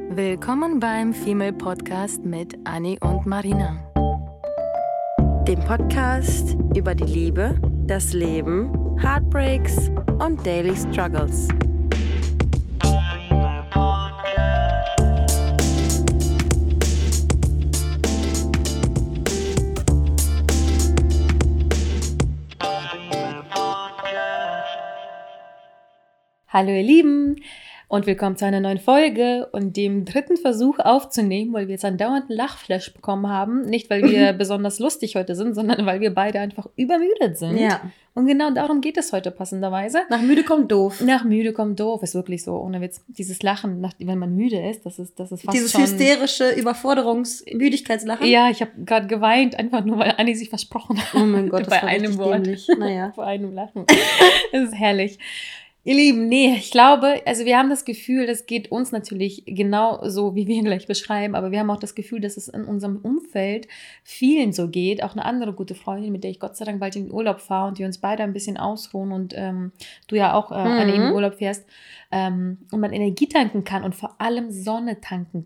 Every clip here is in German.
Willkommen beim Female Podcast mit Anni und Marina. Dem Podcast über die Liebe, das Leben, Heartbreaks und Daily Struggles. Hallo ihr Lieben und willkommen zu einer neuen Folge und dem dritten Versuch aufzunehmen, weil wir jetzt andauernd einen Lachflash bekommen haben. Nicht, weil wir besonders lustig heute sind, sondern weil wir beide einfach übermüdet sind. Ja. Und genau darum geht es heute passenderweise. Nach müde kommt doof. Nach müde kommt doof, ist wirklich so. Ohne Witz, dieses Lachen, wenn man müde ist, das ist fast dieses schon... hysterische Müdigkeitslachen. Ja, ich habe gerade geweint, einfach nur, weil Anni sich versprochen hat. Oh mein Gott, das bei war einem richtig Wort. dämlich. Naja. Bei einem Lachen. Das ist herrlich. Ihr Lieben, ich glaube, also wir haben das Gefühl, das geht uns natürlich genau so, wie wir ihn gleich beschreiben, aber wir haben auch das Gefühl, dass es in unserem Umfeld vielen so geht. Auch eine andere gute Freundin, mit der ich Gott sei Dank bald in den Urlaub fahre und wir uns beide ein bisschen ausruhen und du ja auch an den Urlaub fährst und man Energie tanken kann und vor allem Sonne tanken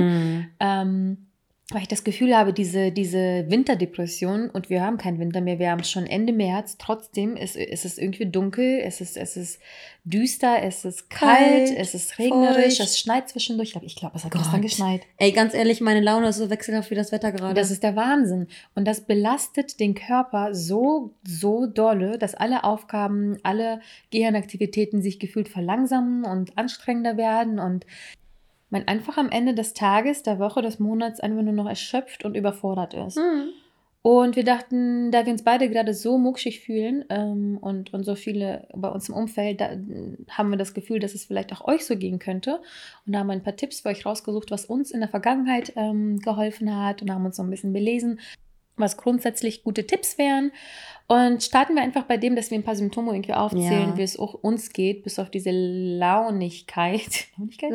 kann. Weil ich das Gefühl habe, diese Winterdepression, und wir haben keinen Winter mehr, wir haben schon Ende März, trotzdem ist es irgendwie dunkel, es ist düster, es ist kalt, es ist regnerisch, es schneit zwischendurch. Ich glaube, es hat gestern geschneit. Ey, ganz ehrlich, meine Laune ist so wechselhaft wie das Wetter gerade. Das ist der Wahnsinn. Und das belastet den Körper so dolle, dass alle Aufgaben, alle Gehirnaktivitäten sich gefühlt verlangsamen und anstrengender werden und man einfach am Ende des Tages, der Woche, des Monats einfach nur noch erschöpft und überfordert ist. Und wir dachten, da wir uns beide gerade so muckschig fühlen und so viele bei uns im Umfeld, da haben wir das Gefühl, dass es vielleicht auch euch so gehen könnte. Und da haben wir ein paar Tipps für euch rausgesucht, was uns in der Vergangenheit geholfen hat und haben uns so ein bisschen belesen, was grundsätzlich gute Tipps wären. Und starten wir einfach bei dem, dass wir ein paar Symptome irgendwie aufzählen, wie es auch uns geht, bis auf diese Launigkeit,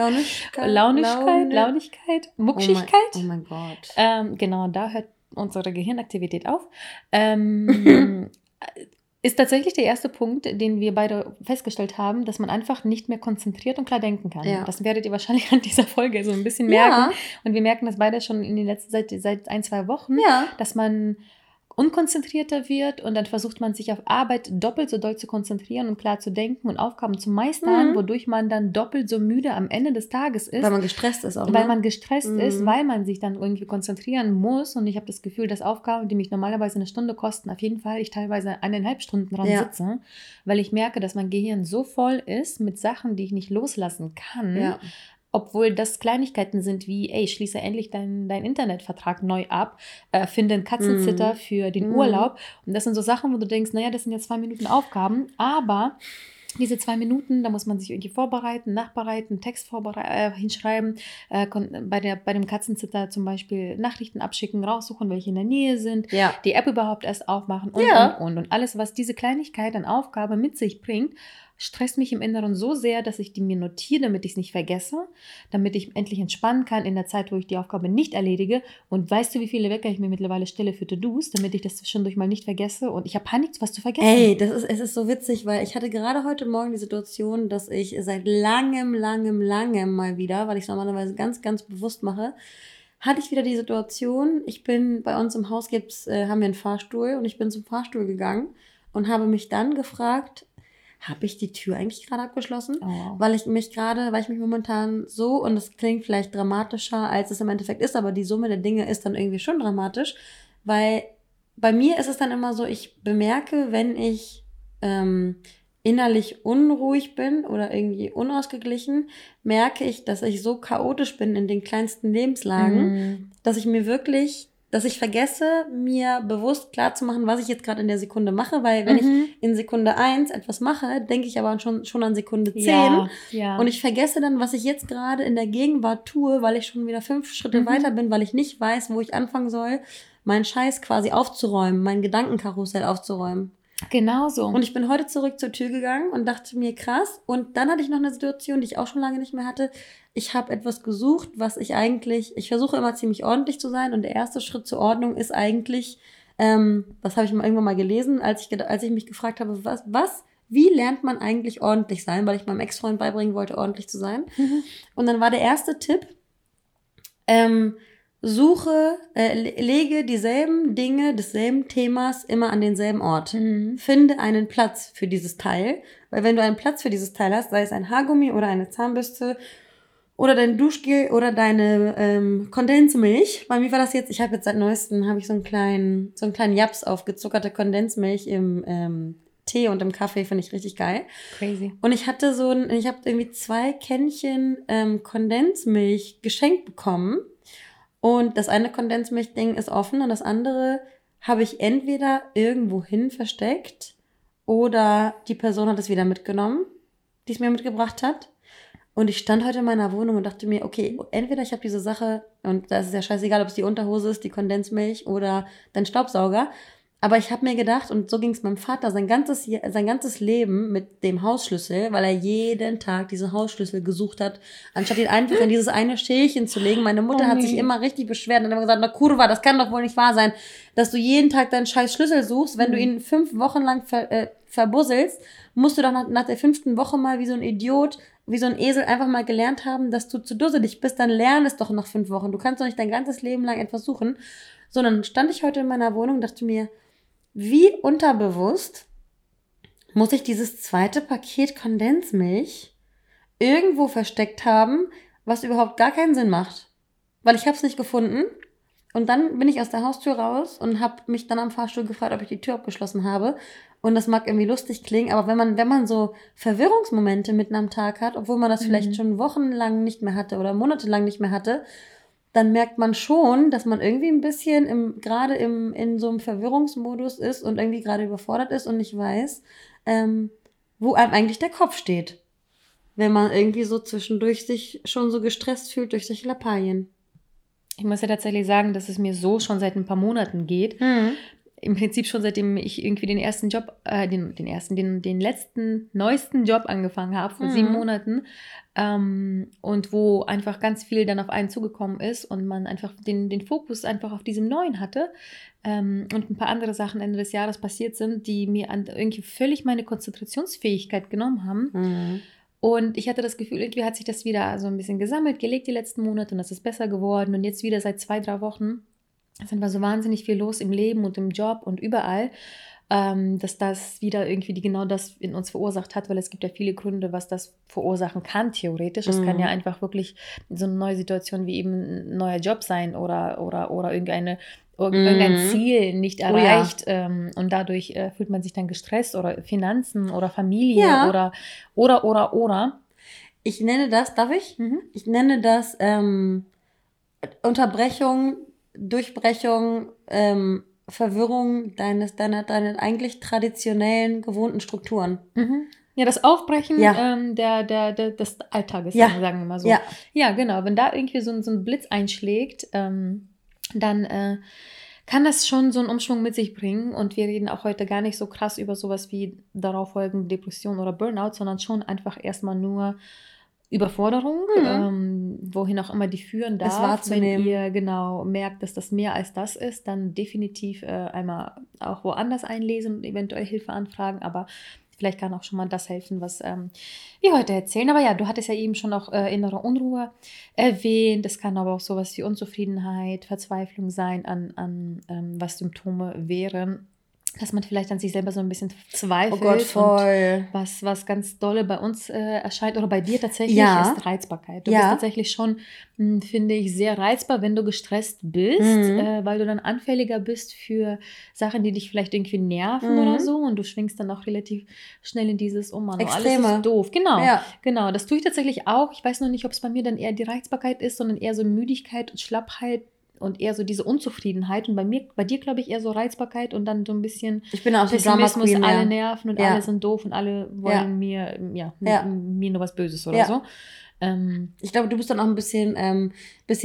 Muckschigkeit. Oh mein Gott. Genau, da hört unsere Gehirnaktivität auf. Ist tatsächlich der erste Punkt, den wir beide festgestellt haben, dass man einfach nicht mehr konzentriert und klar denken kann. Ja. Das werdet ihr wahrscheinlich an dieser Folge so ein bisschen merken. Und wir merken das beide schon in den letzten seit 1-2 Wochen, dass man unkonzentrierter wird und dann versucht man sich auf Arbeit doppelt so doll zu konzentrieren und klar zu denken und Aufgaben zu meistern, wodurch man dann doppelt so müde am Ende des Tages ist. Weil man gestresst ist auch, Weil man gestresst ist, weil man sich dann irgendwie konzentrieren muss und ich habe das Gefühl, dass Aufgaben, die mich normalerweise eine Stunde kosten, auf jeden Fall ich teilweise 1,5 Stunden dran sitze, weil ich merke, dass mein Gehirn so voll ist mit Sachen, die ich nicht loslassen kann, obwohl das Kleinigkeiten sind wie, schließe endlich deinen Internetvertrag neu ab, finde einen Katzensitter für den Urlaub. Und das sind so Sachen, wo du denkst, naja, das sind jetzt 2 Minuten Aufgaben, aber diese 2 Minuten, da muss man sich irgendwie vorbereiten, nachbereiten, Text hinschreiben, bei dem Katzensitter zum Beispiel Nachrichten abschicken, raussuchen, welche in der Nähe sind, die App überhaupt erst aufmachen und. Und alles, was diese Kleinigkeit an Aufgabe mit sich bringt, stresst mich im Inneren so sehr, dass ich die mir notiere, damit ich es nicht vergesse, damit ich endlich entspannen kann in der Zeit, wo ich die Aufgabe nicht erledige. Und weißt du, wie viele Wecker ich mir mittlerweile stelle für To-Dos, damit ich das zwischendurch mal nicht vergesse? Und ich habe Panik, was zu vergessen. Ey, es ist so witzig, weil ich hatte gerade heute Morgen die Situation, dass ich seit langem mal wieder, weil ich es normalerweise ganz, ganz bewusst mache, hatte ich wieder die Situation, bei uns im Haus haben wir einen Fahrstuhl und ich bin zum Fahrstuhl gegangen und habe mich dann gefragt, habe ich die Tür eigentlich gerade abgeschlossen? Oh. Weil ich mich momentan so, und das klingt vielleicht dramatischer, als es im Endeffekt ist, aber die Summe der Dinge ist dann irgendwie schon dramatisch, weil bei mir ist es dann immer so, ich bemerke, wenn ich innerlich unruhig bin oder irgendwie unausgeglichen, merke ich, dass ich so chaotisch bin in den kleinsten Lebenslagen, dass ich vergesse, mir bewusst klarzumachen, was ich jetzt gerade in der Sekunde mache, weil wenn ich in Sekunde 1 etwas mache, denke ich aber schon an Sekunde 10 und ich vergesse dann, was ich jetzt gerade in der Gegenwart tue, weil ich schon wieder 5 Schritte weiter bin, weil ich nicht weiß, wo ich anfangen soll, meinen Scheiß quasi aufzuräumen, mein Gedankenkarussell aufzuräumen. Genau so. Und ich bin heute zurück zur Tür gegangen und dachte mir, krass. Und dann hatte ich noch eine Situation, die ich auch schon lange nicht mehr hatte. Ich habe etwas gesucht, ich versuche immer ziemlich ordentlich zu sein. Und der erste Schritt zur Ordnung ist eigentlich, das habe ich irgendwann mal gelesen, als ich mich gefragt habe, wie lernt man eigentlich ordentlich sein? Weil ich meinem Ex-Freund beibringen wollte, ordentlich zu sein. Und dann war der erste Tipp, Lege dieselben Dinge desselben Themas immer an denselben Ort. Finde einen Platz für dieses Teil, weil wenn du einen Platz für dieses Teil hast, sei es ein Haargummi oder eine Zahnbürste oder dein Duschgel oder deine Kondensmilch. Bei mir war das jetzt, ich habe jetzt seit neuestem, habe ich so einen kleinen Japs auf gezuckerte Kondensmilch im Tee und im Kaffee, finde ich richtig geil. Crazy. Und ich habe irgendwie 2 Kännchen Kondensmilch geschenkt bekommen. Und das eine Kondensmilchding ist offen und das andere habe ich entweder irgendwo hin versteckt oder die Person hat es wieder mitgenommen, die es mir mitgebracht hat. Und ich stand heute in meiner Wohnung und dachte mir, okay, entweder ich habe diese Sache, und da ist es ja scheißegal, ob es die Unterhose ist, die Kondensmilch oder dein Staubsauger, aber ich habe mir gedacht, und so ging es meinem Vater sein ganzes Leben mit dem Hausschlüssel, weil er jeden Tag diesen Hausschlüssel gesucht hat, anstatt ihn einfach in dieses eine Schälchen zu legen. Meine Mutter hat sich immer richtig beschwert und hat immer gesagt, na Kurva, das kann doch wohl nicht wahr sein, dass du jeden Tag deinen scheiß Schlüssel suchst. Wenn du ihn 5 Wochen lang verbusselst, musst du doch nach der 5. Woche mal wie so ein Idiot, wie so ein Esel einfach mal gelernt haben, dass du zu dusselig bist, dann lern es doch nach 5 Wochen. Du kannst doch nicht dein ganzes Leben lang etwas suchen. Sondern stand ich heute in meiner Wohnung und dachte mir, wie unterbewusst muss ich dieses zweite Paket Kondensmilch irgendwo versteckt haben, was überhaupt gar keinen Sinn macht. Weil ich habe es nicht gefunden. Und dann bin ich aus der Haustür raus und habe mich dann am Fahrstuhl gefragt, ob ich die Tür abgeschlossen habe. Und das mag irgendwie lustig klingen, aber wenn man so Verwirrungsmomente mitten am Tag hat, obwohl man das vielleicht schon wochenlang nicht mehr hatte oder monatelang nicht mehr hatte, dann merkt man schon, dass man irgendwie ein bisschen gerade in so einem Verwirrungsmodus ist und irgendwie gerade überfordert ist und nicht weiß, wo einem eigentlich der Kopf steht. Wenn man irgendwie so zwischendurch sich schon so gestresst fühlt durch solche Lappalien. Ich muss ja tatsächlich sagen, dass es mir so schon seit ein paar Monaten geht. Im Prinzip schon seitdem ich irgendwie den ersten Job, den letzten, neuesten Job angefangen habe, vor 7 Monaten. Und wo einfach ganz viel dann auf einen zugekommen ist und man einfach den Fokus einfach auf diesem Neuen hatte. Und ein paar andere Sachen Ende des Jahres passiert sind, die mir irgendwie völlig meine Konzentrationsfähigkeit genommen haben. Und ich hatte das Gefühl, irgendwie hat sich das wieder so ein bisschen gesammelt, gelegt die letzten Monate und das ist besser geworden. Und jetzt wieder seit 2-3 Wochen ist einfach so wahnsinnig viel los im Leben und im Job und überall, dass das wieder irgendwie genau das in uns verursacht hat, weil es gibt ja viele Gründe, was das verursachen kann, theoretisch. Es kann ja einfach wirklich so eine neue Situation wie eben ein neuer Job sein oder irgendein Ziel nicht erreicht und dadurch fühlt man sich dann gestresst oder Finanzen oder Familie oder. Ich nenne das, darf ich? Ich nenne das Unterbrechung, Durchbrechung, Verwirrung deiner eigentlich traditionellen, gewohnten Strukturen. Ja, das Aufbrechen des Alltages, sagen wir mal so. Ja, genau. Wenn da irgendwie so ein Blitz einschlägt, dann kann das schon so einen Umschwung mit sich bringen. Und wir reden auch heute gar nicht so krass über sowas wie darauf folgende Depression oder Burnout, sondern schon einfach erstmal nur Überforderung, wohin auch immer die führen darf. Das wahrzunehmen. Wenn ihr genau merkt, dass das mehr als das ist, dann definitiv einmal auch woanders einlesen und eventuell Hilfe anfragen. Aber vielleicht kann auch schon mal das helfen, was wir heute erzählen. Aber ja, du hattest ja eben schon auch innere Unruhe erwähnt. Es kann aber auch sowas wie Unzufriedenheit, Verzweiflung sein an was Symptome wären. Dass man vielleicht an sich selber so ein bisschen zweifelt. Oh Gott, voll. Und was ganz dolle bei uns erscheint oder bei dir tatsächlich ist Reizbarkeit. Du bist tatsächlich schon, finde ich, sehr reizbar, wenn du gestresst bist, weil du dann anfälliger bist für Sachen, die dich vielleicht irgendwie nerven oder so und du schwingst dann auch relativ schnell in dieses, oh Mann, alles ist doof. Genau, das tue ich tatsächlich auch. Ich weiß noch nicht, ob es bei mir dann eher die Reizbarkeit ist, sondern eher so Müdigkeit und Schlappheit und eher so diese Unzufriedenheit und bei dir glaube ich eher so Reizbarkeit und dann so ein bisschen ich bin auch so Pessimismus, alle nerven und alle sind doof und alle wollen mir nur was Böses oder so. Ich glaube, du bist dann auch ein bisschen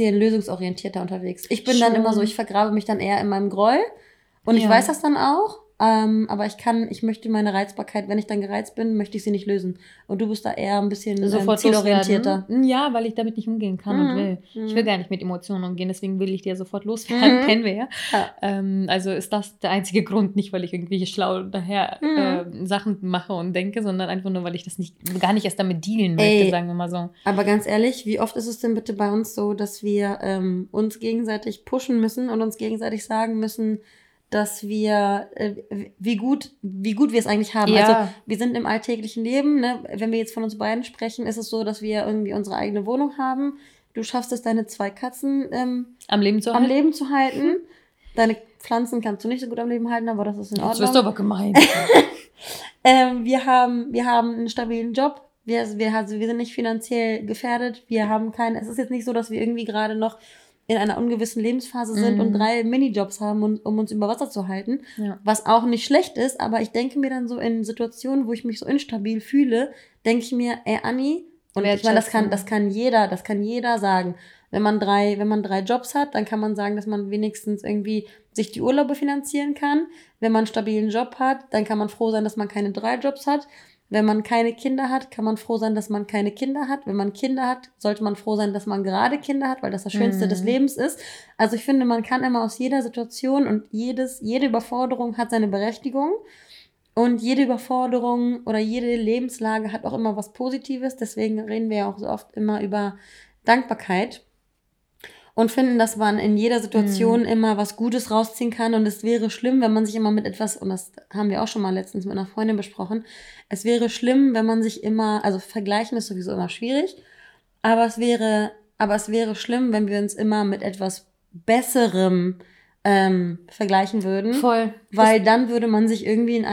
lösungsorientierter unterwegs. Ich bin dann immer so, ich vergrabe mich dann eher in meinem Groll und ich weiß das dann auch aber ich möchte meine Reizbarkeit, wenn ich dann gereizt bin, möchte ich sie nicht lösen. Und du bist da eher ein bisschen zielorientierter. Ja, weil ich damit nicht umgehen kann und will. Ich will gar nicht mit Emotionen umgehen, deswegen will ich dir sofort loswerden, kennen wir ja. Also ist das der einzige Grund, nicht weil ich irgendwie schlau daher Sachen mache und denke, sondern einfach nur, weil ich das gar nicht erst damit dealen möchte, sagen wir mal so. Aber ganz ehrlich, wie oft ist es denn bitte bei uns so, dass wir uns gegenseitig pushen müssen und uns gegenseitig sagen müssen, dass wir, wie gut wir es eigentlich haben. Ja. Also wir sind im alltäglichen Leben, ne? Wenn wir jetzt von uns beiden sprechen, ist es so, dass wir irgendwie unsere eigene Wohnung haben. Du schaffst es, deine 2 Katzen am Leben zu halten. Deine Pflanzen kannst du nicht so gut am Leben halten, aber das ist in Ordnung. Das wirst du aber gemein. Wir haben einen stabilen Job. Wir sind nicht finanziell gefährdet. Es ist jetzt nicht so, dass wir irgendwie gerade noch in einer ungewissen Lebensphase sind und 3 Minijobs haben, um uns über Wasser zu halten. Ja. Was auch nicht schlecht ist, aber ich denke mir dann so in Situationen, wo ich mich so instabil fühle, denke ich mir, ey Anni, und ich meine, das kann jeder sagen. Wenn man 3 Jobs hat, dann kann man sagen, dass man wenigstens irgendwie sich die Urlaube finanzieren kann. Wenn man einen stabilen Job hat, dann kann man froh sein, dass man keine 3 Jobs hat. Wenn man keine Kinder hat, kann man froh sein, dass man keine Kinder hat. Wenn man Kinder hat, sollte man froh sein, dass man gerade Kinder hat, weil das Schönste des Lebens ist. Also ich finde, man kann immer aus jeder Situation und jede Überforderung hat seine Berechtigung. Und jede Überforderung oder jede Lebenslage hat auch immer was Positives. Deswegen reden wir ja auch so oft immer über Dankbarkeit. Und finden, dass man in jeder Situation immer was Gutes rausziehen kann. Und es wäre schlimm, wenn man sich immer mit etwas, und das haben wir auch schon mal letztens mit einer Freundin besprochen, es wäre schlimm, wenn man sich immer, also vergleichen ist sowieso immer schwierig, aber es wäre schlimm, wenn wir uns immer mit etwas Besserem vergleichen würden. Voll. Weil dann würde man sich irgendwie in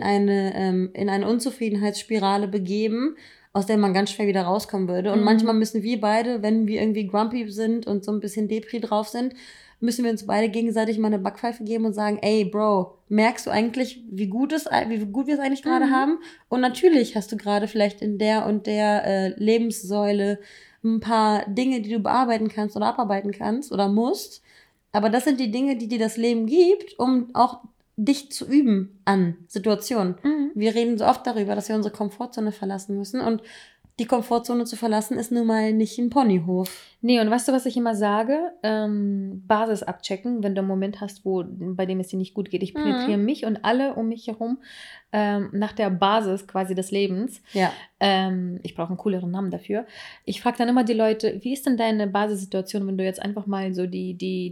eine Unzufriedenheitsspirale begeben, aus der man ganz schwer wieder rauskommen würde. Und manchmal müssen wir beide, wenn wir irgendwie grumpy sind und so ein bisschen Depri drauf sind, müssen wir uns beide gegenseitig mal eine Backpfeife geben und sagen, ey, Bro, merkst du eigentlich, wie gut wir es eigentlich gerade haben? Und natürlich hast du gerade vielleicht in der und der Lebenssäule ein paar Dinge, die du bearbeiten kannst oder abarbeiten kannst oder musst. Aber das sind die Dinge, die dir das Leben gibt, um auch dich zu üben an Situationen. Wir reden so oft darüber, dass wir unsere Komfortzone verlassen müssen. Und die Komfortzone zu verlassen ist nun mal nicht ein Ponyhof. Nee, und weißt du, was ich immer sage? Basis abchecken, wenn du einen Moment hast, bei dem es dir nicht gut geht. Ich penetriere mich und alle um mich herum nach der Basis quasi des Lebens. Ja. Ich brauche einen cooleren Namen dafür. Ich frage dann immer die Leute, wie ist denn deine Basissituation, wenn du jetzt einfach mal so die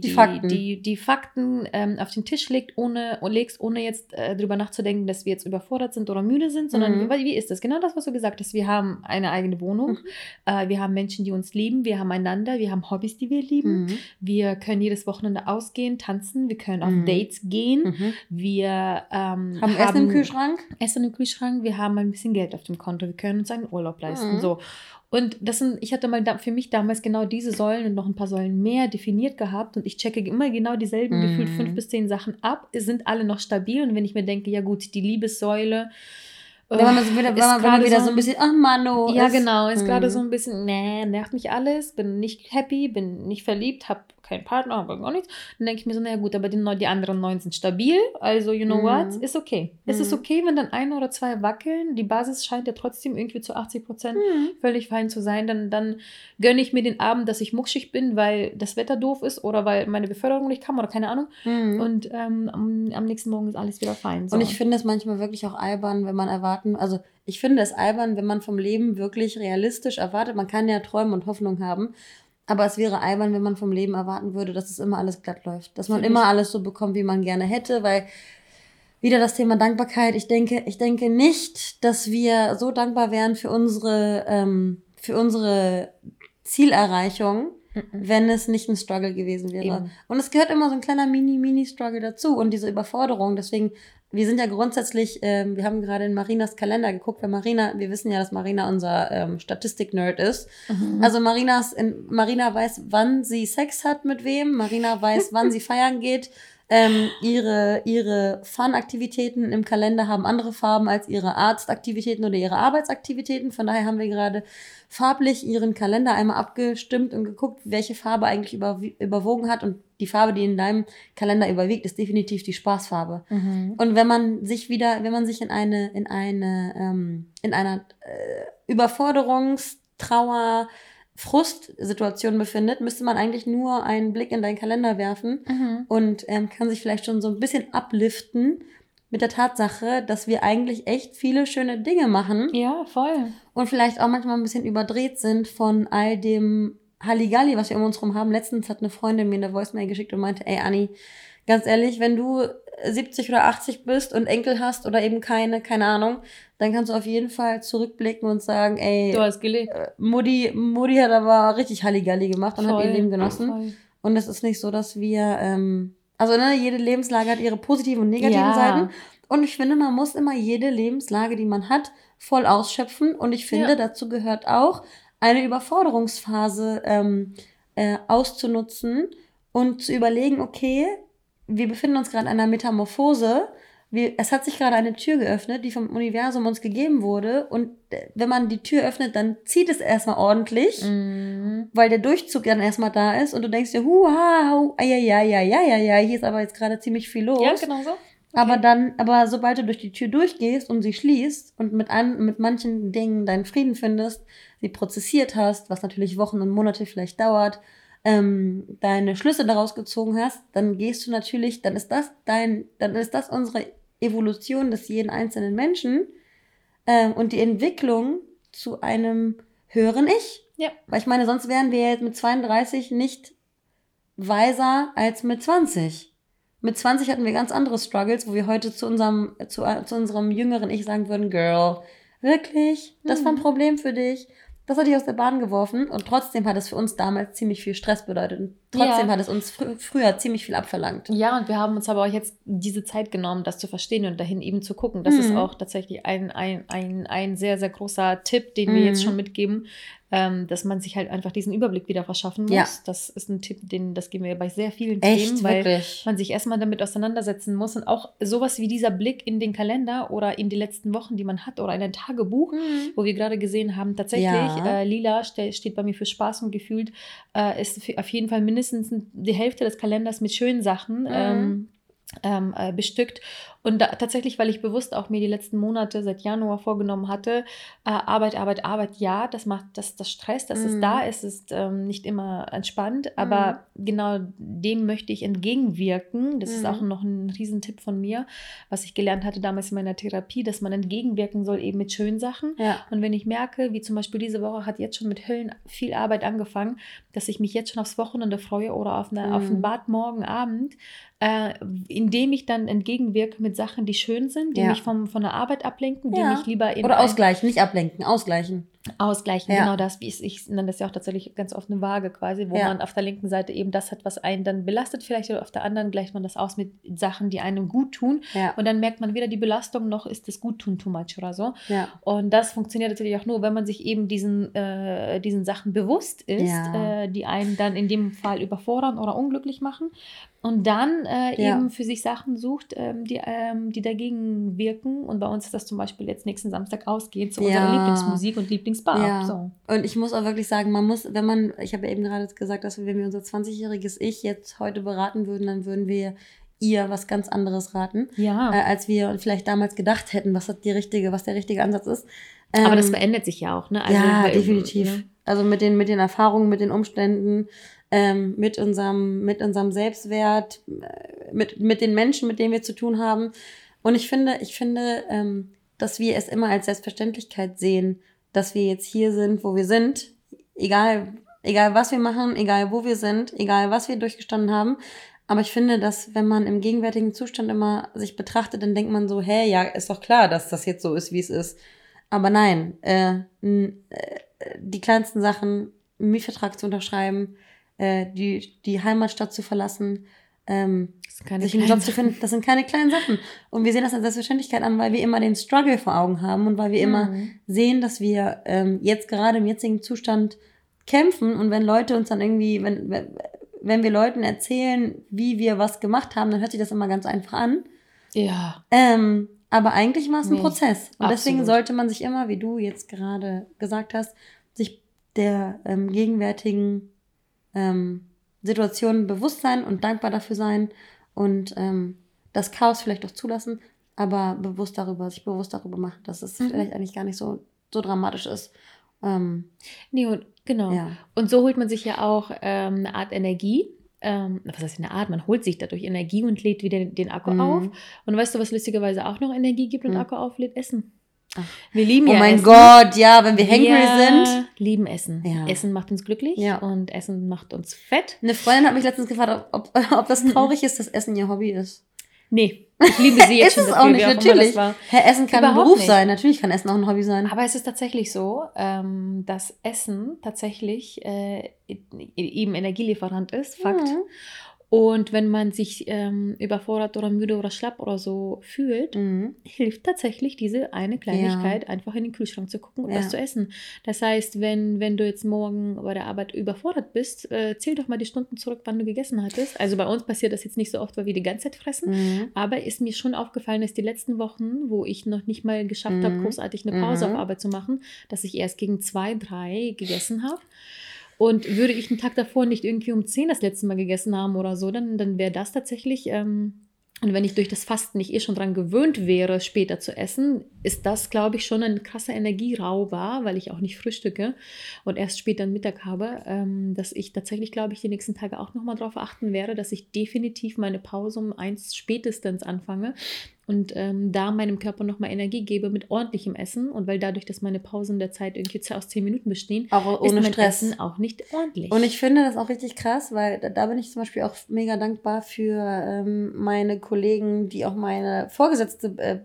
Fakten auf den Tisch legst, ohne jetzt drüber nachzudenken, dass wir jetzt überfordert sind oder müde sind, sondern wie ist das? Genau das, was du gesagt hast. Wir haben eine eigene Wohnung, wir haben Menschen, die uns lieben, wir haben einander, wir haben Hobbys, die wir lieben, wir können jedes Wochenende ausgehen, tanzen, wir können auf Dates gehen, wir haben Essen im Kühlschrank, wir haben ein bisschen Geld auf dem Konto, wir können uns einen Urlaub leisten, so. Und ich hatte mal für mich damals genau diese Säulen und noch ein paar Säulen mehr definiert gehabt und ich checke immer genau dieselben, gefühlt 5 bis 10 Sachen ab, sind alle noch stabil und wenn ich mir denke, ja gut, die Liebessäule, wenn man wieder so ein bisschen, ach Mano. Ja, genau, ist gerade so ein bisschen, nervt mich alles, bin nicht happy, bin nicht verliebt, hab keinen Partner, aber gar nichts. Dann denke ich mir so, naja gut, aber die anderen 9 sind stabil, also you know what, ist okay. Es ist okay, wenn dann 1 oder 2 wackeln, die Basis scheint ja trotzdem irgendwie zu 80% völlig fein zu sein, dann gönne ich mir den Abend, dass ich muckschig bin, weil das Wetter doof ist oder weil meine Beförderung nicht kam oder keine Ahnung und am nächsten Morgen ist alles wieder fein. So. Und ich finde es manchmal wirklich auch albern, wenn man ich finde es albern, wenn man vom Leben wirklich realistisch erwartet, man kann ja Träume und Hoffnung haben, aber es wäre albern, wenn man vom Leben erwarten würde, dass es immer alles glatt läuft. Dass man immer alles so bekommt, wie man gerne hätte, weil wieder das Thema Dankbarkeit. Ich denke nicht, dass wir so dankbar wären für unsere Zielerreichung, wenn es nicht ein Struggle gewesen wäre. Eben. Und es gehört immer so ein kleiner Mini-Struggle dazu und diese Überforderung. Deswegen, wir sind ja grundsätzlich, wir haben gerade in Marinas Kalender geguckt, weil wir wissen ja, dass Marina unser Statistik-Nerd ist. Also Marina weiß, wann sie Sex hat mit wem, Marina weiß, wann sie feiern geht. Ihre Fun-Aktivitäten im Kalender haben andere Farben als ihre Arztaktivitäten oder ihre Arbeitsaktivitäten. Von daher haben wir gerade farblich ihren Kalender einmal abgestimmt und geguckt, welche Farbe eigentlich überwogen hat. Und die Farbe, die in deinem Kalender überwiegt, ist definitiv die Spaßfarbe. Und wenn man sich in einer Überforderungs-, Frustsituation befindet, müsste man eigentlich nur einen Blick in deinen Kalender werfen und kann sich vielleicht schon so ein bisschen upliften mit der Tatsache, dass wir eigentlich echt viele schöne Dinge machen. Ja, voll. Und vielleicht auch manchmal ein bisschen überdreht sind von all dem Halligalli, was wir um uns rum haben. Letztens hat eine Freundin mir eine Voicemail geschickt und meinte, ey Anni, ganz ehrlich, wenn du 70 oder 80 bist und Enkel hast oder eben keine Ahnung, dann kannst du auf jeden Fall zurückblicken und sagen, ey, du hast gelebt. Mutti hat aber richtig Halligalli gemacht und hat ihr Leben genossen. Voll. Und es ist nicht so, dass wir, jede Lebenslage hat ihre positiven und negativen Seiten. Und ich finde, man muss immer jede Lebenslage, die man hat, voll ausschöpfen. Und ich finde, dazu gehört auch, eine Überforderungsphase auszunutzen und zu überlegen, okay, wir befinden uns gerade in einer Metamorphose. Es hat sich gerade eine Tür geöffnet, die vom Universum uns gegeben wurde. Und wenn man die Tür öffnet, dann zieht es erstmal ordentlich, weil der Durchzug dann erstmal da ist. Und du denkst dir, hier ist aber jetzt gerade ziemlich viel los. Ja, genau so. Okay. Aber sobald du durch die Tür durchgehst und sie schließt und mit manchen Dingen deinen Frieden findest, sie prozessiert hast, was natürlich Wochen und Monate vielleicht dauert, deine Schlüsse daraus gezogen hast, dann gehst du natürlich, dann ist das unsere Evolution des jeden einzelnen Menschen und die Entwicklung zu einem höheren Ich. Ja. Weil ich meine, sonst wären wir jetzt mit 32 nicht weiser als mit 20. Mit 20 hatten wir ganz andere Struggles, wo wir heute zu unserem jüngeren Ich sagen würden, Girl, wirklich? Das war ein Problem für dich? Das hat dich aus der Bahn geworfen und trotzdem hat es für uns damals ziemlich viel Stress bedeutet. Und trotzdem hat es uns früher ziemlich viel abverlangt. Ja, und wir haben uns aber auch jetzt diese Zeit genommen, das zu verstehen und dahin eben zu gucken. Das ist auch tatsächlich ein sehr, sehr großer Tipp, den wir jetzt schon mitgeben, dass man sich halt einfach diesen Überblick wieder verschaffen muss. Ja. Das ist ein Tipp, das geben wir bei sehr vielen Themen, weil man sich erstmal damit auseinandersetzen muss. Und auch sowas wie dieser Blick in den Kalender oder in die letzten Wochen, die man hat, oder in ein Tagebuch, wo wir gerade gesehen haben, tatsächlich, lila steht bei mir für Spaß und gefühlt ist auf jeden Fall mindestens die Hälfte des Kalenders mit schönen Sachen bestückt. Und tatsächlich, weil ich bewusst auch mir die letzten Monate seit Januar vorgenommen hatte, Arbeit, ja, das macht das Stress, dass es da ist nicht immer entspannt, aber genau dem möchte ich entgegenwirken. Das ist auch noch ein Riesentipp von mir, was ich gelernt hatte damals in meiner Therapie, dass man entgegenwirken soll eben mit schönen Sachen. Ja. Und wenn ich merke, wie zum Beispiel diese Woche hat jetzt schon mit Höllen viel Arbeit angefangen, dass ich mich jetzt schon aufs Wochenende freue oder auf ein Bad morgen Abend, indem ich dann entgegenwirke mit Sachen, die schön sind, die mich von der Arbeit ablenken, die mich lieber in... Oder ausgleichen, nicht ablenken, ausgleichen. Ausgleichen, genau das. Ich nenne das ja auch tatsächlich ganz oft eine Waage quasi, wo man auf der linken Seite eben das hat, was einen dann belastet vielleicht, oder auf der anderen gleicht man das aus mit Sachen, die einem gut tun. Ja. Und dann merkt man weder die Belastung noch ist das Guttun too much oder so. Ja. Und das funktioniert natürlich auch nur, wenn man sich eben diesen Sachen bewusst ist, die einen dann in dem Fall überfordern oder unglücklich machen. Und dann eben für sich Sachen sucht, die dagegen wirken. Und bei uns ist das zum Beispiel jetzt nächsten Samstag ausgehen zu unserer Lieblingsmusik und Lieblingsbar. Ja. So. Und ich muss auch wirklich sagen, ich habe ja eben gerade gesagt, dass wenn wir unser 20-jähriges Ich jetzt heute beraten würden, dann würden wir ihr was ganz anderes raten, als wir vielleicht damals gedacht hätten, was der richtige Ansatz ist. Aber das verändert sich ja auch, ne? Also, definitiv. Ne? Also mit den Erfahrungen, mit den Umständen, mit unserem Selbstwert, mit den Menschen, mit denen wir zu tun haben. Und ich finde, dass wir es immer als Selbstverständlichkeit sehen, dass wir jetzt hier sind, wo wir sind, egal was wir machen, egal wo wir sind, egal was wir durchgestanden haben. Aber ich finde, dass wenn man im gegenwärtigen Zustand immer sich betrachtet, dann denkt man so, ist doch klar, dass das jetzt so ist, wie es ist. Aber nein, die kleinsten Sachen, einen Mietvertrag zu unterschreiben, die Heimatstadt zu verlassen, sich einen Job zu finden, das sind keine kleinen Sachen. Und wir sehen das als Selbstverständlichkeit an, weil wir immer den Struggle vor Augen haben und weil wir immer sehen, dass wir jetzt gerade im jetzigen Zustand kämpfen. Und wenn Leute uns dann irgendwie, wenn wir Leuten erzählen, wie wir was gemacht haben, dann hört sich das immer ganz einfach an. Ja. Aber eigentlich war es ein Prozess. Und deswegen sollte man sich immer, wie du jetzt gerade gesagt hast, sich der gegenwärtigen Situationen bewusst sein und dankbar dafür sein und das Chaos vielleicht auch zulassen, aber sich bewusst darüber machen, dass es vielleicht eigentlich gar nicht so dramatisch ist. Nee, und genau. Ja. Und so holt man sich ja auch eine Art Energie. Was heißt eine Art? Man holt sich dadurch Energie und lädt wieder den Akku auf. Und weißt du, was lustigerweise auch noch Energie gibt und Akku auflädt? Essen. Ach. Wir lieben ja Essen. Oh mein Gott, ja, wenn wir hangry sind. Lieben Essen. Ja. Essen macht uns glücklich und Essen macht uns fett. Eine Freundin hat mich letztens gefragt, ob das traurig ist, dass Essen ihr Hobby ist. Nee, ich liebe sie jetzt schon. Ist es auch nicht, natürlich. Essen kann ein Beruf sein. Natürlich kann Essen auch ein Hobby sein. Aber es ist tatsächlich so, dass Essen tatsächlich eben Energielieferant ist, Fakt. Und wenn man sich überfordert oder müde oder schlapp oder so fühlt, hilft tatsächlich diese eine Kleinigkeit, einfach in den Kühlschrank zu gucken und was zu essen. Das heißt, wenn du jetzt morgen bei der Arbeit überfordert bist, zähl doch mal die Stunden zurück, wann du gegessen hattest. Also bei uns passiert das jetzt nicht so oft, weil wir die ganze Zeit fressen. Aber ist mir schon aufgefallen, dass die letzten Wochen, wo ich noch nicht mal geschafft habe, großartig eine Pause auf Arbeit zu machen, dass ich erst gegen 2, 3 gegessen habe. Und würde ich einen Tag davor nicht irgendwie um 10 das letzte Mal gegessen haben oder so, dann wäre das tatsächlich, und wenn ich durch das Fasten nicht schon dran gewöhnt wäre, später zu essen, ist das, glaube ich, schon ein krasser Energierauber, weil ich auch nicht frühstücke und erst später Mittag habe, dass ich tatsächlich, glaube ich, die nächsten Tage auch nochmal darauf achten werde, dass ich definitiv meine Pause um 1 spätestens anfange und da meinem Körper nochmal Energie gebe mit ordentlichem Essen. Und weil dadurch, dass meine Pausen der Zeit irgendwie aus 10 Minuten bestehen, auch ohne ist mein Stress. Essen auch nicht ordentlich. Und ich finde das auch richtig krass, weil da bin ich zum Beispiel auch mega dankbar für meine Kollegen, die auch meine Vorgesetzte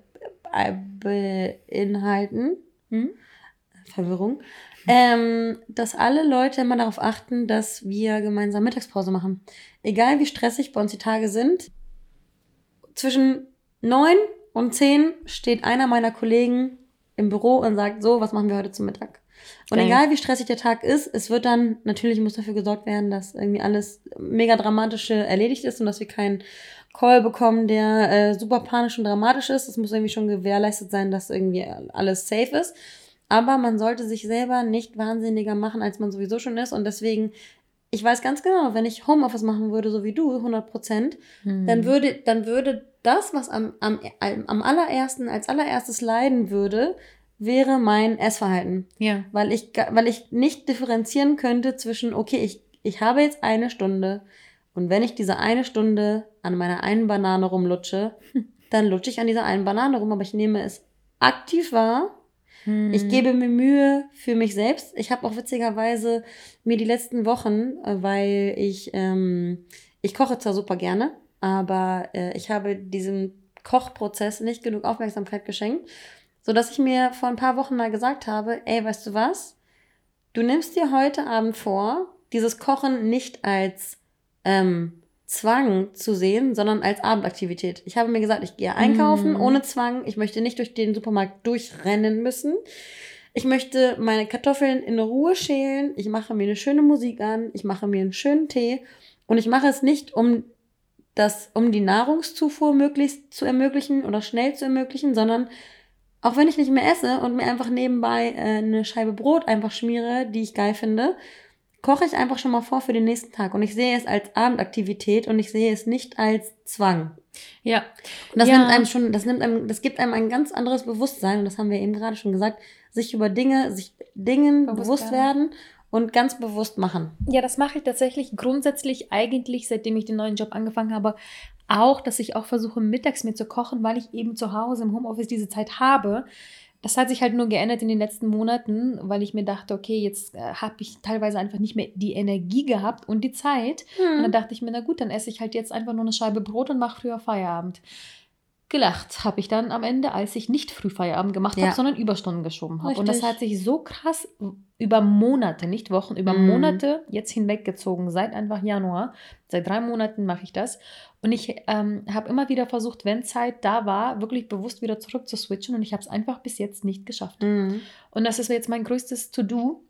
beinhalten. Verwirrung. Dass alle Leute immer darauf achten, dass wir gemeinsam Mittagspause machen. Egal wie stressig bei uns die Tage sind, zwischen 9 und 10 steht einer meiner Kollegen im Büro und sagt, so, was machen wir heute zum Mittag? Und egal wie stressig der Tag ist, es wird dann, natürlich muss dafür gesorgt werden, dass irgendwie alles mega dramatische erledigt ist und dass wir keinen Call bekommen, der super panisch und dramatisch ist. Es muss irgendwie schon gewährleistet sein, dass irgendwie alles safe ist. Aber man sollte sich selber nicht wahnsinniger machen, als man sowieso schon ist. Und deswegen, ich weiß ganz genau, wenn ich Homeoffice machen würde, so wie du, 100%, dann würde das, was am allererstes leiden würde, wäre mein Essverhalten. Ja. Weil ich nicht differenzieren könnte zwischen, okay, ich habe jetzt 1 Stunde und wenn ich diese 1 Stunde an meiner einen Banane rumlutsche, dann lutsche ich an dieser einen Banane rum, aber ich nehme es aktiv wahr. Ich gebe mir Mühe für mich selbst. Ich habe auch witzigerweise mir die letzten Wochen, weil ich koche zwar super gerne, aber ich habe diesem Kochprozess nicht genug Aufmerksamkeit geschenkt, sodass ich mir vor ein paar Wochen mal gesagt habe, ey, weißt du was? Du nimmst dir heute Abend vor, dieses Kochen nicht als Zwang zu sehen, sondern als Abendaktivität. Ich habe mir gesagt, ich gehe einkaufen ohne Zwang. Ich möchte nicht durch den Supermarkt durchrennen müssen. Ich möchte meine Kartoffeln in Ruhe schälen. Ich mache mir eine schöne Musik an. Ich mache mir einen schönen Tee. Und ich mache es nicht, um die Nahrungszufuhr möglichst zu ermöglichen oder schnell zu ermöglichen, sondern auch wenn ich nicht mehr esse und mir einfach nebenbei eine Scheibe Brot einfach schmiere, die ich geil finde, koche ich einfach schon mal vor für den nächsten Tag. Und ich sehe es als Abendaktivität und ich sehe es nicht als Zwang. Ja. Und das gibt einem ein ganz anderes Bewusstsein. Und das haben wir eben gerade schon gesagt. Sich Dingen bewusst werden und ganz bewusst machen. Ja, das mache ich tatsächlich grundsätzlich eigentlich, seitdem ich den neuen Job angefangen habe, auch, dass ich auch versuche, mittags mir zu kochen, weil ich eben zu Hause im Homeoffice diese Zeit habe. Das hat sich halt nur geändert in den letzten Monaten, weil ich mir dachte, okay, jetzt habe ich teilweise einfach nicht mehr die Energie gehabt und die Zeit. Und dann dachte ich mir, na gut, dann esse ich halt jetzt einfach nur eine Scheibe Brot und mache früher Feierabend. Gelacht habe ich dann am Ende, als ich nicht früh Feierabend gemacht habe, sondern Überstunden geschoben habe. Und das hat sich so krass über Monate, nicht Wochen, über Monate jetzt hinweggezogen, seit einfach Januar. Seit 3 Monaten mache ich das. Und ich habe immer wieder versucht, wenn Zeit da war, wirklich bewusst wieder zurück zu switchen. Und ich habe es einfach bis jetzt nicht geschafft. Und das ist jetzt mein größtes To-Do,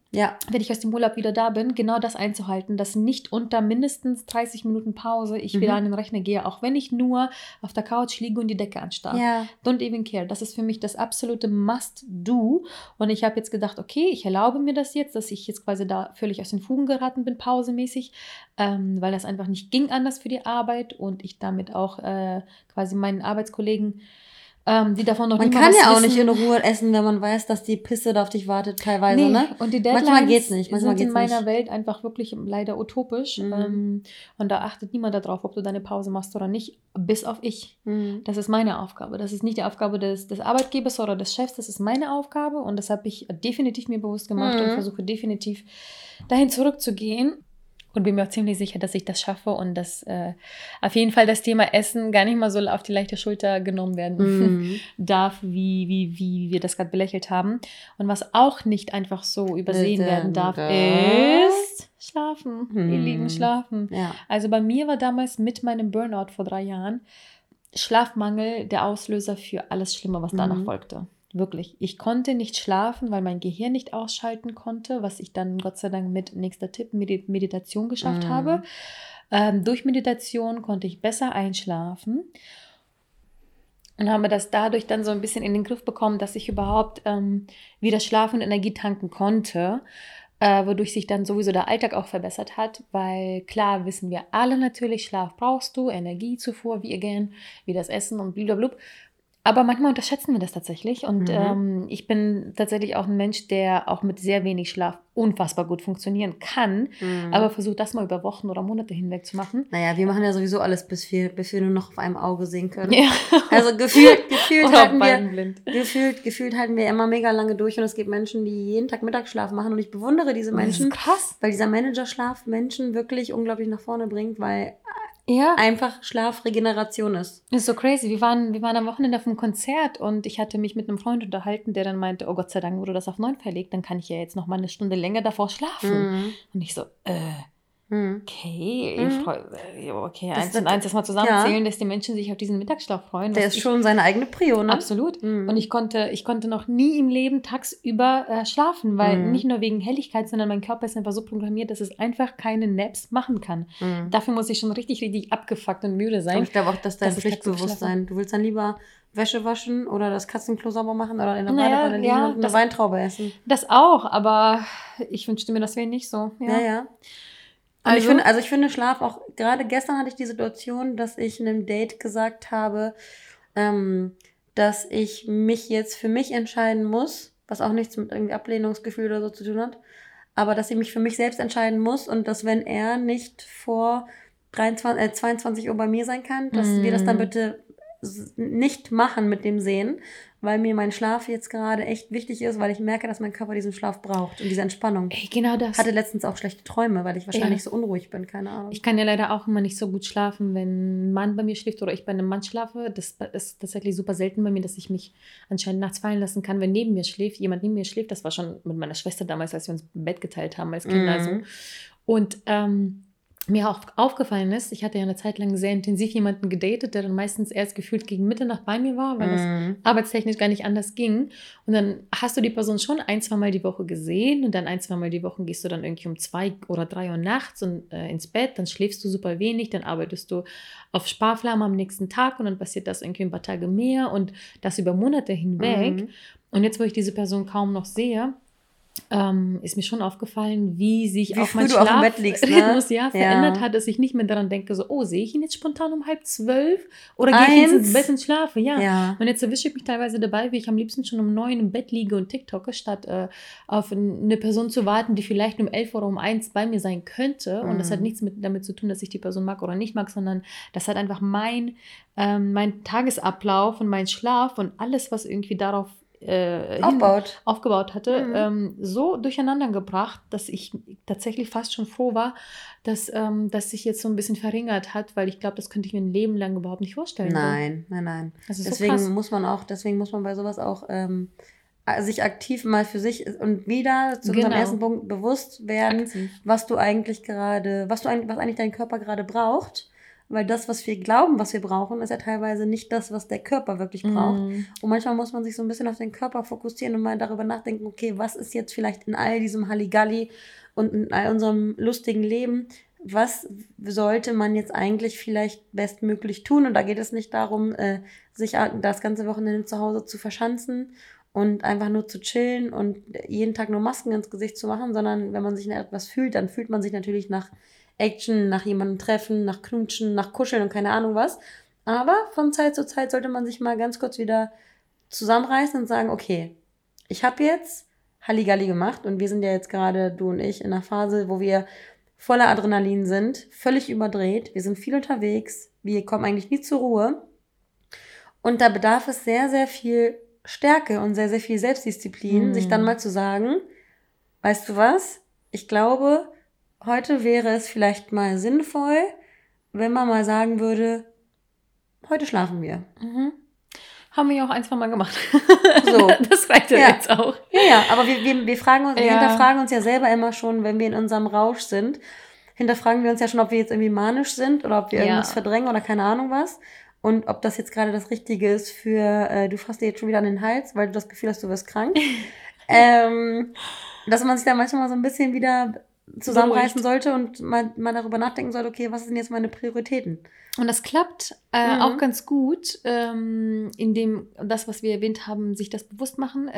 wenn ich aus dem Urlaub wieder da bin, genau das einzuhalten, dass nicht unter mindestens 30 Minuten Pause ich wieder an den Rechner gehe, auch wenn ich nur auf der Couch liege und die Decke anstarre. Ja. Don't even care. Das ist für mich das absolute Must-Do. Und ich habe jetzt gedacht, okay, ich erlaube mir das jetzt, dass ich jetzt quasi da völlig aus den Fugen geraten bin, pausemäßig, weil das einfach nicht ging anders für die Arbeit und ich damit auch quasi meinen Arbeitskollegen die davon noch man kann ja auch nicht in Ruhe essen, wenn man weiß, dass die Pisse da auf dich wartet, teilweise, ne? Und die Deadlines manchmal geht's nicht. sind in meiner Welt einfach wirklich leider utopisch. Und da achtet niemand darauf, ob du deine Pause machst oder nicht, bis auf ich. Das ist meine Aufgabe. Das ist nicht die Aufgabe des Arbeitgebers oder des Chefs, das ist meine Aufgabe. Und das habe ich definitiv mir bewusst gemacht und versuche definitiv dahin zurückzugehen. Und bin mir auch ziemlich sicher, dass ich das schaffe und dass auf jeden Fall das Thema Essen gar nicht mal so auf die leichte Schulter genommen werden darf, wie wir das gerade belächelt haben. Und was auch nicht einfach so übersehen werden darf, ist Schlafen. Ihr Lieben, Schlafen. Ja. Also bei mir war damals mit meinem Burnout vor 3 Jahren Schlafmangel der Auslöser für alles Schlimme, was danach folgte. Wirklich. Ich konnte nicht schlafen, weil mein Gehirn nicht ausschalten konnte, was ich dann Gott sei Dank mit, nächster Tipp, Meditation geschafft habe. Durch Meditation konnte ich besser einschlafen und habe das dadurch dann so ein bisschen in den Griff bekommen, dass ich überhaupt wieder Schlaf und Energie tanken konnte, wodurch sich dann sowieso der Alltag auch verbessert hat, weil klar wissen wir alle natürlich, Schlaf brauchst du, Energiezufuhr, wie das Essen und blablabla. Aber manchmal unterschätzen wir das tatsächlich und ich bin tatsächlich auch ein Mensch, der auch mit sehr wenig Schlaf unfassbar gut funktionieren kann, aber versucht das mal über Wochen oder Monate hinweg zu machen. Naja, wir machen ja sowieso alles, bis wir nur noch auf einem Auge sehen können. Ja. Also gefühlt halten wir immer mega lange durch und es gibt Menschen, die jeden Tag Mittagsschlaf machen und ich bewundere diese Menschen. Das ist krass. Weil dieser Managerschlaf Menschen wirklich unglaublich nach vorne bringt, weil einfach Schlafregeneration ist. Das ist so crazy. Wir waren am Wochenende auf einem Konzert und ich hatte mich mit einem Freund unterhalten, der dann meinte, oh Gott sei Dank wurde das auf 9 verlegt, dann kann ich ja jetzt noch mal eine Stunde länger davor schlafen. Und ich so, okay, okay, 1 und 1 erstmal zusammenzählen, dass die Menschen sich auf diesen Mittagsschlaf freuen. Der ist schon seine eigene Prio, ne? Absolut. Und ich konnte noch nie im Leben tagsüber schlafen, weil nicht nur wegen Helligkeit, sondern mein Körper ist einfach so programmiert, dass es einfach keine Naps machen kann. Dafür muss ich schon richtig, richtig abgefuckt und müde sein. Aber ich glaube auch, dass dein Pflichtbewusstsein, du willst dann lieber Wäsche waschen oder das Katzenklo sauber machen oder in der Badewanne liegen und eine Weintraube essen. Das auch, aber ich wünschte mir, das wäre nicht so. Ja. Und ich finde Schlaf auch, gerade gestern hatte ich die Situation, dass ich einem Date gesagt habe, dass ich mich jetzt für mich entscheiden muss, was auch nichts mit irgendwie Ablehnungsgefühl oder so zu tun hat, aber dass ich mich für mich selbst entscheiden muss und dass, wenn er nicht vor 22 Uhr bei mir sein kann, dass wir das dann bitte nicht machen mit dem Sehen, weil mir mein Schlaf jetzt gerade echt wichtig ist, weil ich merke, dass mein Körper diesen Schlaf braucht und diese Entspannung. Ey, genau das. Hatte letztens auch schlechte Träume, weil ich wahrscheinlich so unruhig bin, keine Ahnung. Ich kann ja leider auch immer nicht so gut schlafen, wenn ein Mann bei mir schläft oder ich bei einem Mann schlafe. Das ist tatsächlich super selten bei mir, dass ich mich anscheinend nachts fallen lassen kann, wenn jemand neben mir schläft. Das war schon mit meiner Schwester damals, als wir uns ein Bett geteilt haben als Kinder. Also. Und mir auch aufgefallen ist, ich hatte ja eine Zeit lang sehr intensiv jemanden gedatet, der dann meistens erst gefühlt gegen Mitternacht bei mir war, weil das arbeitstechnisch gar nicht anders ging. Und dann hast du die Person schon 1-2 Mal die Woche gesehen und dann 1-2 Mal die Woche gehst du dann irgendwie um 2 oder 3 Uhr nachts und ins Bett, dann schläfst du super wenig, dann arbeitest du auf Sparflamme am nächsten Tag und dann passiert das irgendwie ein paar Tage mehr und das über Monate hinweg. Und jetzt, wo ich diese Person kaum noch sehe, ist mir schon aufgefallen, wie sich auch mein Schlafrhythmus verändert hat, dass ich nicht mehr daran denke, so, oh, sehe ich ihn jetzt spontan um 11:30 oder gehe ich jetzt ins Bett und schlafe? Ja. Und jetzt erwische ich mich teilweise dabei, wie ich am liebsten schon um 9 im Bett liege und TikToke, statt auf eine Person zu warten, die vielleicht um 11 oder um 1 bei mir sein könnte. Und das hat nichts damit zu tun, dass ich die Person mag oder nicht mag, sondern das hat einfach mein Tagesablauf und mein Schlaf und alles, was irgendwie darauf aufgebaut hatte, so durcheinander gebracht, dass ich tatsächlich fast schon froh war, dass sich jetzt so ein bisschen verringert hat, weil ich glaube, das könnte ich mir ein Leben lang überhaupt nicht vorstellen. Nein. Deswegen muss man bei sowas auch sich aktiv mal für sich und wieder zu unserem ersten Punkt bewusst werden, was eigentlich dein Körper gerade braucht. weil das, was wir glauben, was wir brauchen, ist ja teilweise nicht das, was der Körper wirklich braucht. Und manchmal muss man sich so ein bisschen auf den Körper fokussieren und mal darüber nachdenken, okay, was ist jetzt vielleicht in all diesem Halligalli und in all unserem lustigen Leben, was sollte man jetzt eigentlich vielleicht bestmöglich tun? Und da geht es nicht darum, sich das ganze Wochenende zu Hause zu verschanzen und einfach nur zu chillen und jeden Tag nur Masken ins Gesicht zu machen, sondern wenn man sich nach etwas fühlt, dann fühlt man sich natürlich nach Action, nach jemandem treffen, nach Knutschen, nach Kuscheln und keine Ahnung was. Aber von Zeit zu Zeit sollte man sich mal ganz kurz wieder zusammenreißen und sagen, okay, ich habe jetzt Halligalli gemacht und wir sind ja jetzt gerade, du und ich, in einer Phase, wo wir voller Adrenalin sind, völlig überdreht, wir sind viel unterwegs, wir kommen eigentlich nie zur Ruhe und da bedarf es sehr, sehr viel Stärke und sehr, sehr viel Selbstdisziplin, sich dann mal zu sagen, weißt du was, ich glaube, heute wäre es vielleicht mal sinnvoll, wenn man mal sagen würde, heute schlafen wir. Haben wir ja auch 1, 2 Mal gemacht. So. Das reicht ja jetzt auch. Ja, aber wir fragen uns, wir hinterfragen uns ja selber immer schon, wenn wir in unserem Rausch sind, hinterfragen wir uns ja schon, ob wir jetzt irgendwie manisch sind oder ob wir irgendwas verdrängen oder keine Ahnung was. Und ob das jetzt gerade das Richtige ist für, du fasst dir jetzt schon wieder an den Hals, weil du das Gefühl hast, du wirst krank. Dass man sich da manchmal so ein bisschen wieder zusammenreißen sollte und mal darüber nachdenken sollte, okay, was sind jetzt meine Prioritäten? Und das klappt auch ganz gut, indem das, was wir erwähnt haben, sich das bewusst machen.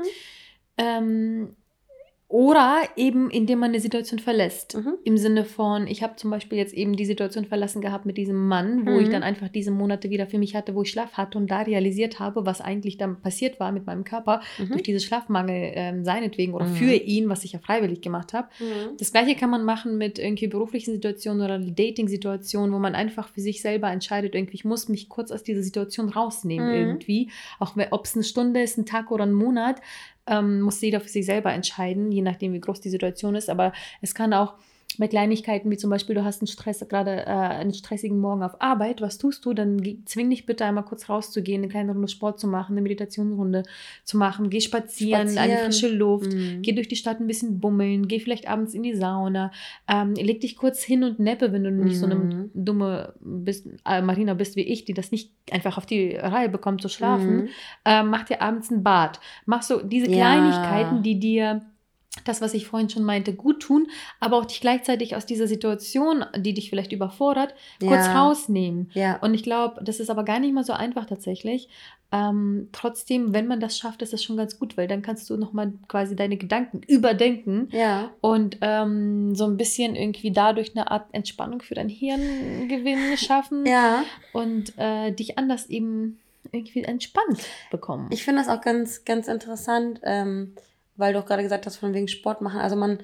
Oder eben, indem man eine Situation verlässt. Im Sinne von, ich habe zum Beispiel jetzt eben die Situation verlassen gehabt mit diesem Mann, wo ich dann einfach diese Monate wieder für mich hatte, wo ich Schlaf hatte und da realisiert habe, was eigentlich dann passiert war mit meinem Körper durch diese Schlafmangel seinetwegen oder für ihn, was ich ja freiwillig gemacht habe. Das Gleiche kann man machen mit irgendwie beruflichen Situationen oder Dating-Situationen, wo man einfach für sich selber entscheidet, irgendwie, ich muss mich kurz aus dieser Situation rausnehmen irgendwie. Auch ob es eine Stunde ist, ein Tag oder ein Monat, muss jeder für sich selber entscheiden, je nachdem, wie groß die Situation ist. Aber es kann auch bei Kleinigkeiten, wie zum Beispiel, du hast einen stressigen Morgen auf Arbeit, was tust du? Dann zwing dich bitte einmal kurz rauszugehen, eine kleine Runde Sport zu machen, eine Meditationsrunde zu machen, geh spazieren. An die frische Luft, geh durch die Stadt ein bisschen bummeln, geh vielleicht abends in die Sauna, leg dich kurz hin und nappe, wenn du nicht so eine dumme Marina bist wie ich, die das nicht einfach auf die Reihe bekommt zu schlafen, mach dir abends ein Bad. Mach so diese Kleinigkeiten, die dir das, was ich vorhin schon meinte, gut tun, aber auch dich gleichzeitig aus dieser Situation, die dich vielleicht überfordert, kurz rausnehmen. Und ich glaube, das ist aber gar nicht mal so einfach tatsächlich. Trotzdem, wenn man das schafft, ist das schon ganz gut, weil dann kannst du nochmal quasi deine Gedanken überdenken und so ein bisschen irgendwie dadurch eine Art Entspannung für dein Hirngewinn schaffen und dich anders eben irgendwie entspannt bekommen. Ich finde das auch ganz, ganz interessant, weil du auch gerade gesagt hast, von wegen Sport machen. Also ein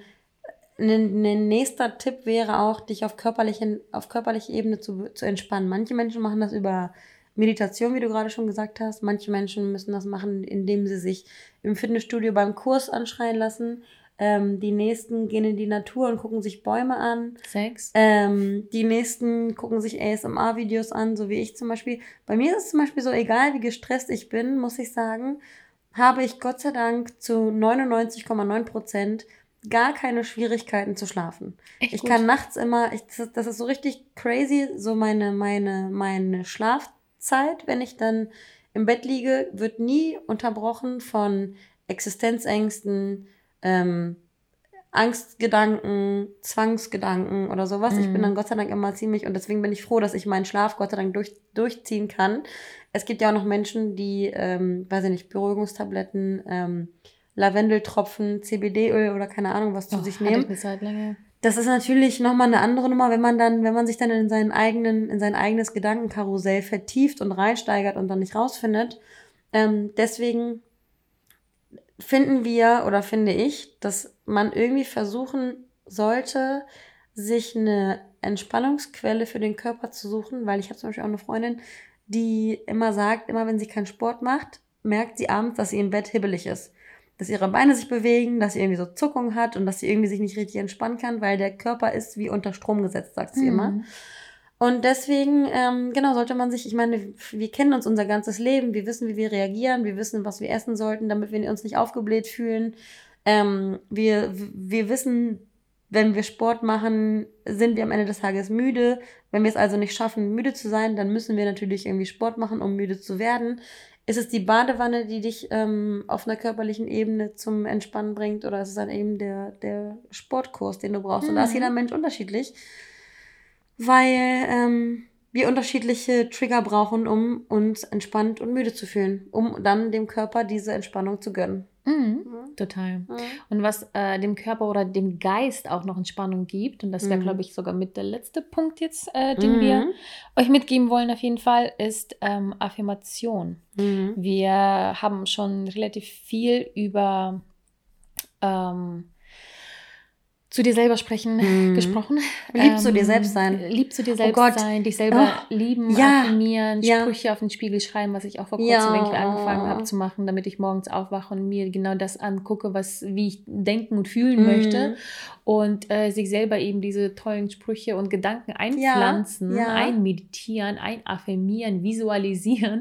nächster Tipp wäre auch, dich auf körperliche Ebene zu entspannen. Manche Menschen machen das über Meditation, wie du gerade schon gesagt hast. Manche Menschen müssen das machen, indem sie sich im Fitnessstudio beim Kurs anschreien lassen. Die nächsten gehen in die Natur und gucken sich Bäume an. Sex. Die nächsten gucken sich ASMR-Videos an, so wie ich zum Beispiel. Bei mir ist es zum Beispiel so, egal wie gestresst ich bin, muss ich sagen, habe ich Gott sei Dank zu 99,9% gar keine Schwierigkeiten zu schlafen. Ich kann nachts immer, das ist so richtig crazy, so meine Schlafzeit, wenn ich dann im Bett liege, wird nie unterbrochen von Existenzängsten, Angstgedanken, Zwangsgedanken oder sowas. Ich bin dann Gott sei Dank immer ziemlich, und deswegen bin ich froh, dass ich meinen Schlaf Gott sei Dank durchziehen kann. Es gibt ja auch noch Menschen, die, weiß ich nicht, Beruhigungstabletten, Lavendeltropfen, CBD-Öl oder keine Ahnung was zu sich nehmen. Das ist natürlich nochmal eine andere Nummer, wenn man sich dann in sein eigenes Gedankenkarussell vertieft und reinsteigert und dann nicht rausfindet. Deswegen finde ich, dass man irgendwie versuchen sollte, sich eine Entspannungsquelle für den Körper zu suchen, weil ich habe zum Beispiel auch eine Freundin, die immer sagt, immer wenn sie keinen Sport macht, merkt sie abends, dass sie im Bett hibbelig ist. Dass ihre Beine sich bewegen, dass sie irgendwie so Zuckungen hat und dass sie irgendwie sich nicht richtig entspannen kann, weil der Körper ist wie unter Strom gesetzt, sagt sie immer. Und deswegen, sollte man sich, ich meine, wir kennen uns unser ganzes Leben, wir wissen, wie wir reagieren, wir wissen, was wir essen sollten, damit wir uns nicht aufgebläht fühlen. Wir wissen, wenn wir Sport machen, sind wir am Ende des Tages müde. Wenn wir es also nicht schaffen, müde zu sein, dann müssen wir natürlich irgendwie Sport machen, um müde zu werden. Ist es die Badewanne, die dich auf einer körperlichen Ebene zum Entspannen bringt, oder ist es dann eben der Sportkurs, den du brauchst? Und da ist jeder Mensch unterschiedlich, weil wir unterschiedliche Trigger brauchen, um uns entspannt und müde zu fühlen, um dann dem Körper diese Entspannung zu gönnen. Total. Und was dem Körper oder dem Geist auch noch Entspannung gibt, und das wäre, glaube ich, sogar mit der letzte Punkt jetzt, den wir euch mitgeben wollen auf jeden Fall, ist Affirmation. Wir haben schon relativ viel über zu dir selber sprechen gesprochen. Lieb zu dir selbst sein. Lieb zu dir selbst sein, dich selber lieben, affirmieren, Sprüche auf den Spiegel schreiben, was ich auch vor kurzem irgendwie angefangen habe zu machen, damit ich morgens aufwache und mir genau das angucke, wie ich denken und fühlen möchte. Und sich selber eben diese tollen Sprüche und Gedanken einpflanzen, einmeditieren, einaffirmieren, visualisieren,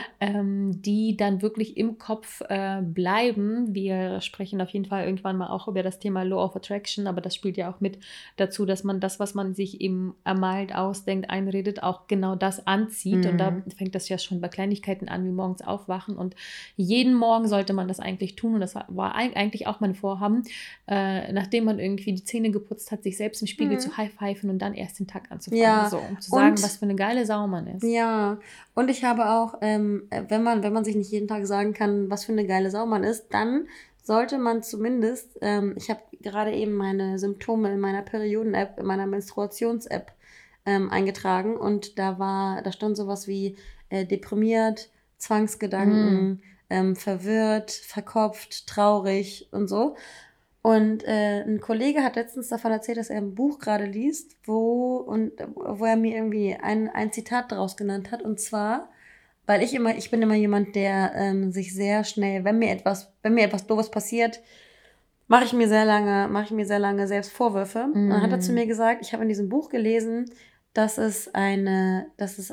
die dann wirklich im Kopf bleiben. Wir sprechen auf jeden Fall irgendwann mal auch über das Thema Law of Attraction, aber das spielt ja auch mit dazu, dass man das, was man sich eben ermalt, ausdenkt, einredet, auch genau das anzieht. Und da fängt das ja schon bei Kleinigkeiten an, wie morgens aufwachen. Und jeden Morgen sollte man das eigentlich tun. Und das war eigentlich auch mein Vorhaben, nachdem man irgendwie die Zähne geputzt hat, sich selbst im Spiegel zu high-pfeifen und dann erst den Tag anzufangen. So, um zu sagen, was für eine geile Sau man ist. Ja, und ich habe auch, wenn man sich nicht jeden Tag sagen kann, was für eine geile Sau man ist, dann sollte man zumindest, ich habe gerade eben meine Symptome in meiner Perioden-App, in meiner Menstruations-App eingetragen, und da stand sowas wie deprimiert, Zwangsgedanken, verwirrt, verkopft, traurig und so. Und ein Kollege hat letztens davon erzählt, dass er ein Buch gerade liest, wo er mir irgendwie ein Zitat daraus genannt hat, und zwar: Weil ich bin immer jemand, der sich sehr schnell, wenn mir etwas Doofes passiert, mache ich mir sehr lange selbst Vorwürfe. Und dann hat er zu mir gesagt, ich habe in diesem Buch gelesen, dass es eine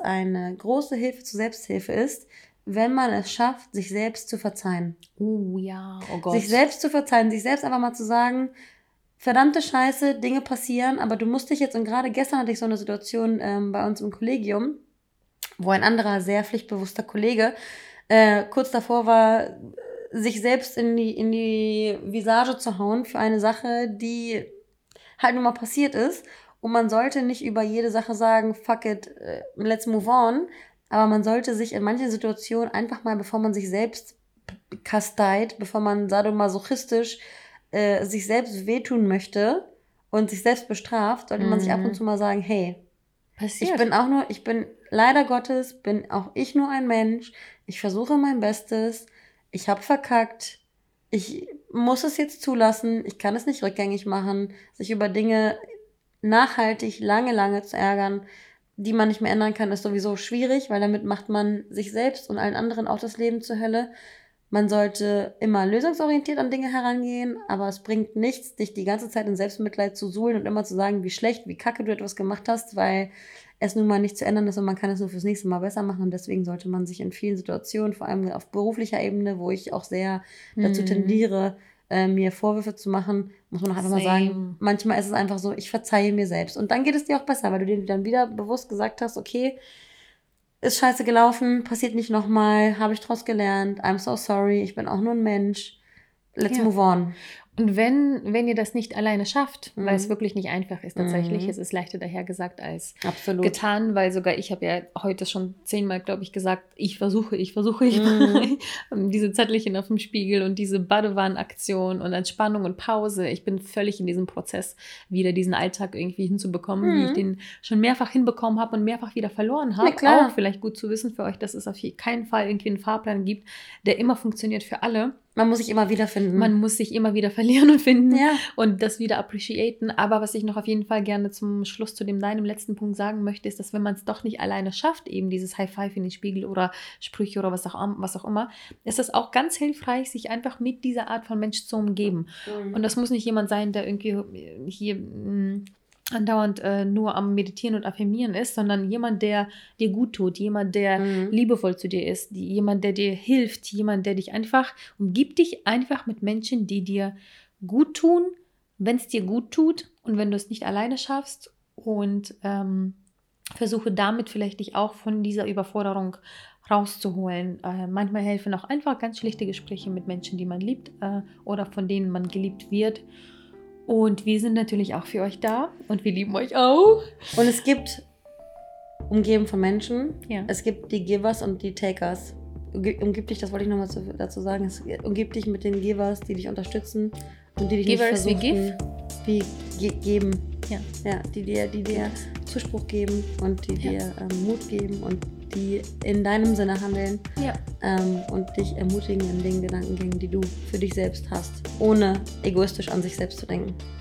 große Hilfe zur Selbsthilfe ist, wenn man es schafft, sich selbst zu verzeihen. Oh Gott. Sich selbst zu verzeihen, sich selbst einfach mal zu sagen, verdammte Scheiße, Dinge passieren, aber du musst dich jetzt, und gerade gestern hatte ich so eine Situation bei uns im Kollegium, wo ein anderer, sehr pflichtbewusster Kollege kurz davor war, sich selbst in die Visage zu hauen für eine Sache, die halt nun mal passiert ist. Und man sollte nicht über jede Sache sagen, fuck it, let's move on. Aber man sollte sich in manchen Situationen einfach mal, bevor man sich selbst kasteit, bevor man sadomasochistisch sich selbst wehtun möchte und sich selbst bestraft, sollte man sich ab und zu mal sagen, hey, passiert. Ich bin leider Gottes, bin auch ich nur ein Mensch. Ich versuche mein Bestes. Ich habe verkackt. Ich muss es jetzt zulassen. Ich kann es nicht rückgängig machen. Sich über Dinge nachhaltig lange zu ärgern, die man nicht mehr ändern kann, ist sowieso schwierig, weil damit macht man sich selbst und allen anderen auch das Leben zur Hölle. Man sollte immer lösungsorientiert an Dinge herangehen, aber es bringt nichts, dich die ganze Zeit in Selbstmitleid zu suhlen und immer zu sagen, wie schlecht, wie kacke du etwas gemacht hast, weil es nun mal nicht zu ändern ist und man kann es nur fürs nächste Mal besser machen. Und deswegen sollte man sich in vielen Situationen, vor allem auf beruflicher Ebene, wo ich auch sehr dazu tendiere, mir Vorwürfe zu machen, muss man auch einfach mal sagen, manchmal ist es einfach so, ich verzeihe mir selbst. Und dann geht es dir auch besser, weil du dir dann wieder bewusst gesagt hast, okay, ist scheiße gelaufen, passiert nicht nochmal, habe ich draus gelernt, I'm so sorry, ich bin auch nur ein Mensch, let's move on. Und wenn ihr das nicht alleine schafft, weil es wirklich nicht einfach ist tatsächlich, es ist leichter daher gesagt als getan, weil sogar ich habe ja heute schon 10-mal, glaube ich, gesagt, ich versuche. Diese Zettelchen auf dem Spiegel und diese Badewannenaktion und Entspannung und Pause. Ich bin völlig in diesem Prozess, wieder diesen Alltag irgendwie hinzubekommen, wie ich den schon mehrfach hinbekommen habe und mehrfach wieder verloren habe. Ja, auch vielleicht gut zu wissen für euch, dass es auf keinen Fall irgendwie einen Fahrplan gibt, der immer funktioniert für alle. Man muss sich immer wieder finden. Man muss sich immer wieder verlieren und finden und das wieder appreciaten. Aber was ich noch auf jeden Fall gerne zum Schluss zu deinem letzten Punkt sagen möchte, ist, dass wenn man es doch nicht alleine schafft, eben dieses High Five in den Spiegel oder Sprüche oder was auch immer, ist es auch ganz hilfreich, sich einfach mit dieser Art von Mensch zu umgeben. Und das muss nicht jemand sein, der irgendwie hier andauernd nur am Meditieren und Affirmieren ist, sondern jemand, der dir gut tut, jemand, der liebevoll zu dir ist, jemand, der dir hilft, jemand, der dich umgib dich einfach mit Menschen, die dir gut tun, wenn es dir gut tut Und wenn du es nicht alleine schaffst und versuche damit vielleicht dich auch von dieser Überforderung rauszuholen. Manchmal helfen auch einfach ganz schlichte Gespräche mit Menschen, die man liebt oder von denen man geliebt wird. Und wir sind natürlich auch für euch da und wir lieben euch auch. Und es gibt, umgeben von Menschen, Ja. es gibt die Givers und die Takers. Umgib dich, das wollte ich nochmal dazu sagen, umgib dich mit den Givers, die dich unterstützen und die dich Givers nicht versuchen, wie geben. Ja. Die dir Zuspruch geben und die dir Mut geben und die in deinem Sinne handeln und dich ermutigen in den Gedankengängen, die du für dich selbst hast, ohne egoistisch an sich selbst zu denken.